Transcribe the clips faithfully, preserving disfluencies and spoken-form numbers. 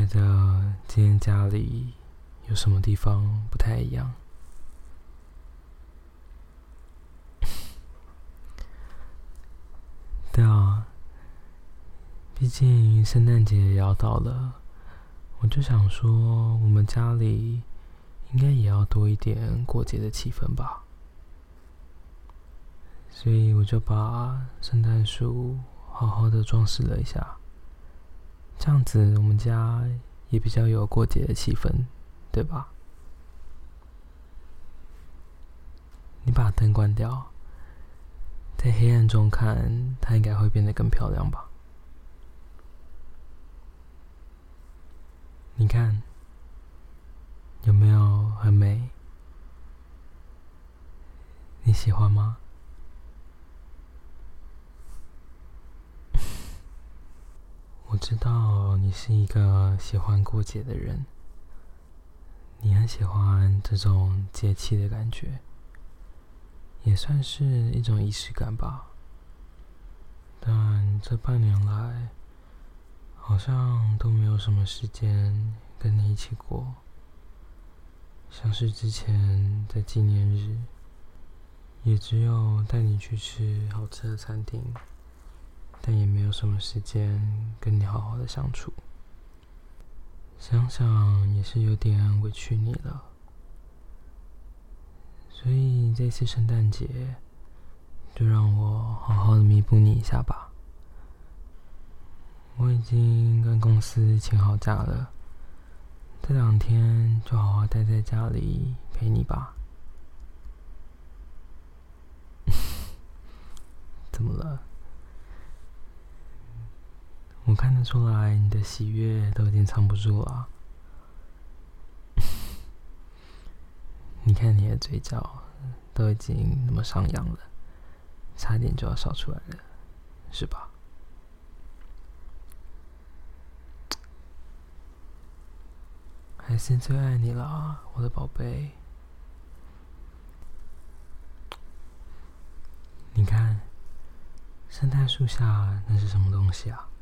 觉得今天家里有什么地方不太一样？对啊，毕竟圣诞节也要到了，我就想说，我们家里应该也要多一点过节的气氛吧。所以我就把圣诞树好好的装饰了一下，这样子我们家也比较有过节的气氛，对吧？你把灯关掉，在黑暗中看，它应该会变得更漂亮吧？你看，有没有很美？你喜欢吗？我知道你是一个喜欢过节的人，你很喜欢这种节气的感觉，也算是一种仪式感吧。但这半年来，好像都没有什么时间跟你一起过。像是之前在纪念日，也只有带你去吃好吃的餐厅，但也没有什么时间跟你好好的相处。想想也是有点委屈你了，所以这次圣诞节就让我好好的弥补你一下吧。我已经跟公司请好假了，这两天就好好待在家里陪你吧。怎么了？我看得出来你的喜悦都已经藏不住了。你看你的嘴角都已经那么上扬了，差点就要笑出来了，是吧？还是最爱你了，我的宝贝。你看，圣诞树下那是什么东西啊？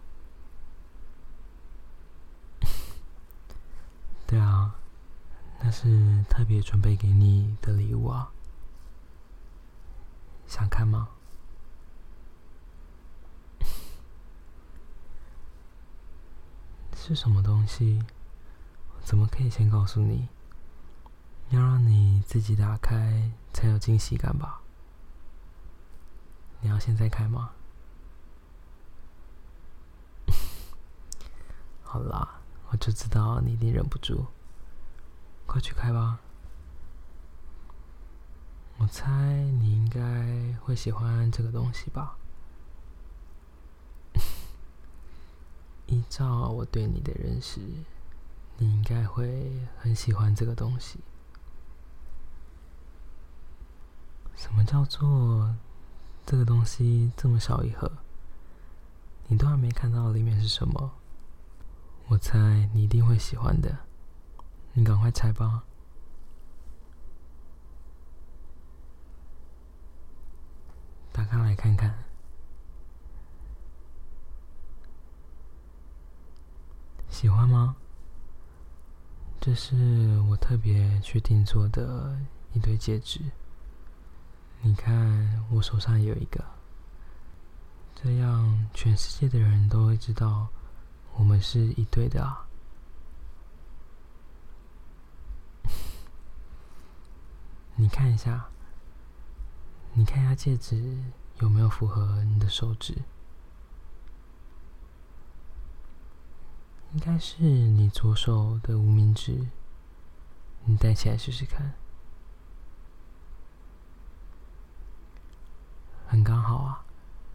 对啊，那是特别准备给你的礼物啊，想看吗？是什么东西？怎么可以先告诉你？要让你自己打开才有惊喜感吧？你要现在开吗？好啦，我就知道你一定忍不住，快去开吧。我猜你应该会喜欢这个东西吧？依照我对你的认识，你应该会很喜欢这个东西。什么叫做这个东西这么小一盒，你都还没看到里面是什么？我猜你一定会喜欢的，你赶快拆吧。打开来看看，喜欢吗？这是我特别去定做的一对戒指，你看我手上也有一个，这样全世界的人都会知道我们是一对的啊。你看一下，你看一下戒指有没有符合你的手指？应该是你左手的无名指，你戴起来试试看。很刚好啊，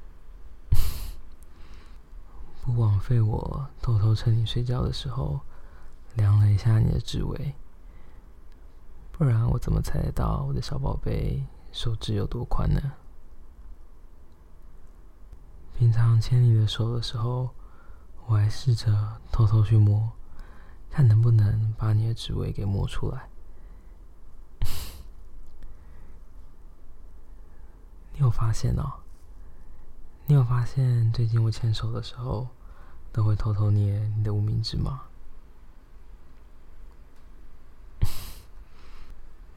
不枉费我偷偷趁你睡觉的时候量了一下你的指围，不然我怎么猜得到我的小宝贝手指有多宽呢？平常牵你的手的时候，我还试着偷偷去摸，看能不能把你的指围给摸出来。你有发现哦？你有发现最近我牵手的时候，都会偷偷捏你的无名指吗？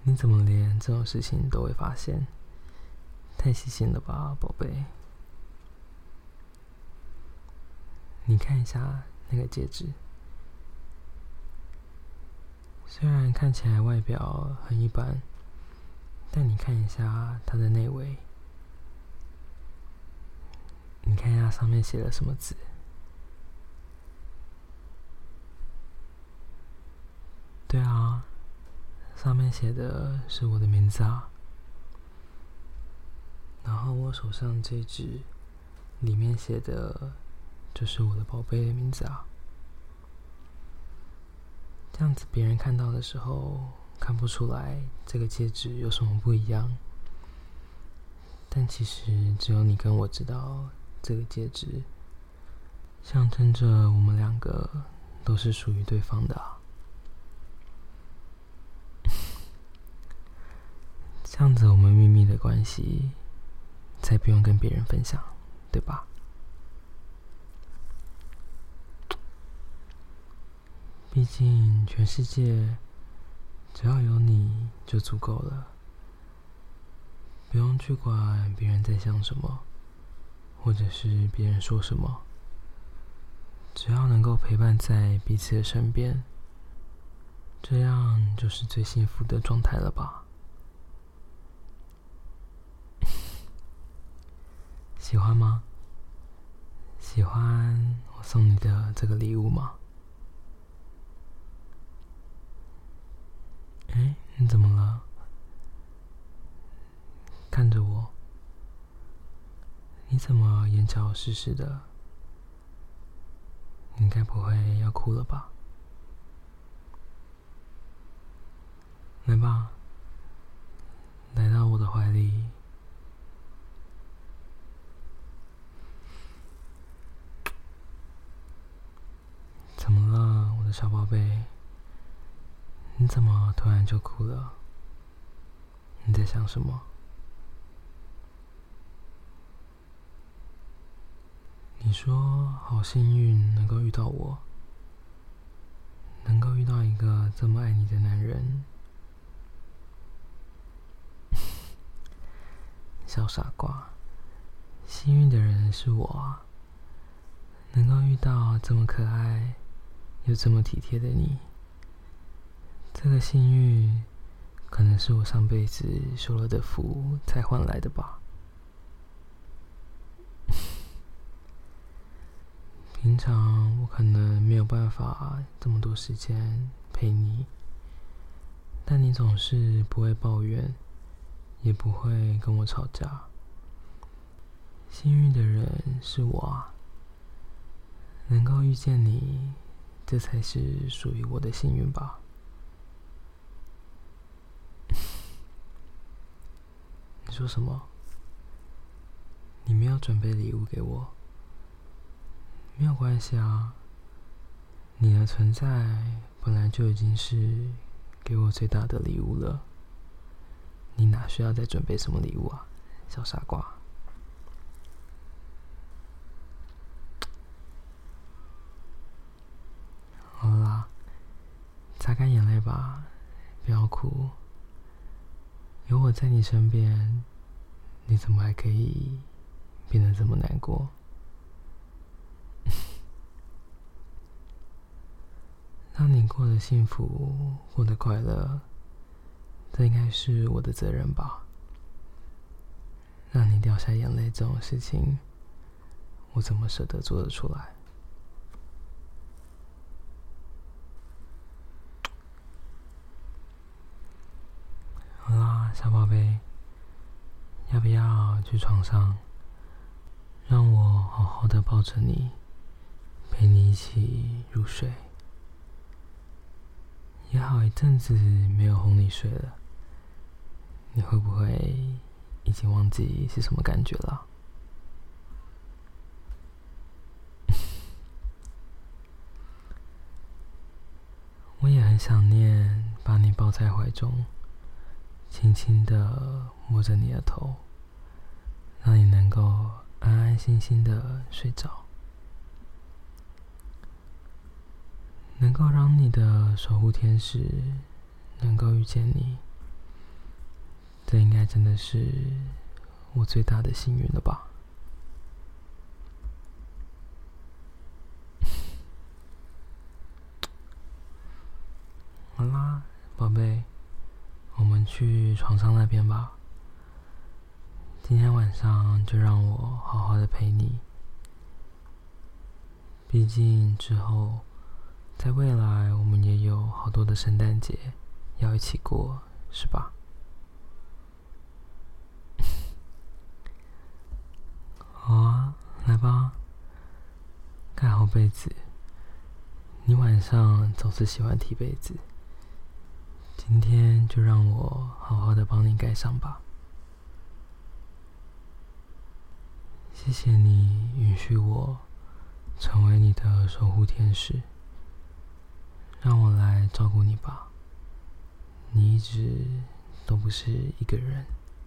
你怎么连这种事情都会发现？太细心了吧，宝贝。你看一下那个戒指，虽然看起来外表很一般，但你看一下它的内围，你看一下上面写了什么字？对啊，上面写的是我的名字啊。然后我手上这只里面写的就是我的宝贝的名字啊。这样子别人看到的时候看不出来这个戒指有什么不一样，但其实只有你跟我知道，这个戒指象征着我们两个都是属于对方的啊。这样子我们秘密的关系才不用跟别人分享，对吧？毕竟全世界只要有你就足够了，不用去管别人在想什么，或者是别人说什么，只要能够陪伴在彼此的身边，这样就是最幸福的状态了吧。喜欢吗？喜欢我送你的这个礼物吗？哎，你怎么了？看着我，你怎么眼角湿湿的？你该不会要哭了吧？来吧，来到我的怀里。怎么了，我的小宝贝？你怎么突然就哭了？你在想什么？你说好幸运能够遇到我，能够遇到一个这么爱你的男人。小傻瓜，幸运的人是我啊，能够遇到这么可爱又这么体贴的你。这个幸运可能是我上辈子修了的福才换来的吧。平常我可能没有办法这么多时间陪你，但你总是不会抱怨，也不会跟我吵架。幸运的人是我啊，能够遇见你，这才是属于我的幸运吧。你说什么？你没有准备礼物给我？没有关系啊，你的存在本来就已经是给我最大的礼物了，你哪需要再准备什么礼物啊，小傻瓜。好啦，擦干眼泪吧，不要哭。有我在你身边，你怎么还可以变得这么难过？让你过得幸福，过得快乐，这应该是我的责任吧。让你掉下眼泪这种事情，我怎么舍得做得出来？好啦，小宝贝，要不要去床上，让我好好的抱着你，陪你一起入睡？也好一阵子没有哄你睡了，你会不会已经忘记是什么感觉了？我也很想念把你抱在怀中，轻轻地摸着你的头，让你能够安安心心的睡着，能够让你的守护天使能够遇见你， 这应该真的是我最大的幸运了吧。好啦，宝贝，我们去床上那边吧。今天晚上就让我好好的陪你，毕竟之后在未来我们也有好多的圣诞节要一起过，是吧？好啊，来吧，盖好被子。你晚上总是喜欢踢被子，今天就让我好好的帮你盖上吧。谢谢你允许我成为你的守护天使，让我来照顾你吧。你一直都不是一个人。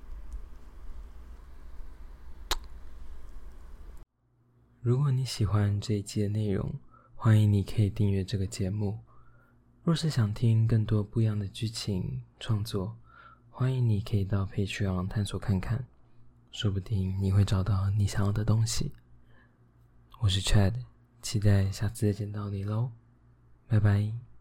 如果你喜欢这一期的内容，欢迎你可以订阅这个节目。若是想听更多不一样的剧情创作，欢迎你可以到 Patreon 探索看看，说不定你会找到你想要的东西。我是 Chad， 期待下次再见到你咯，拜拜。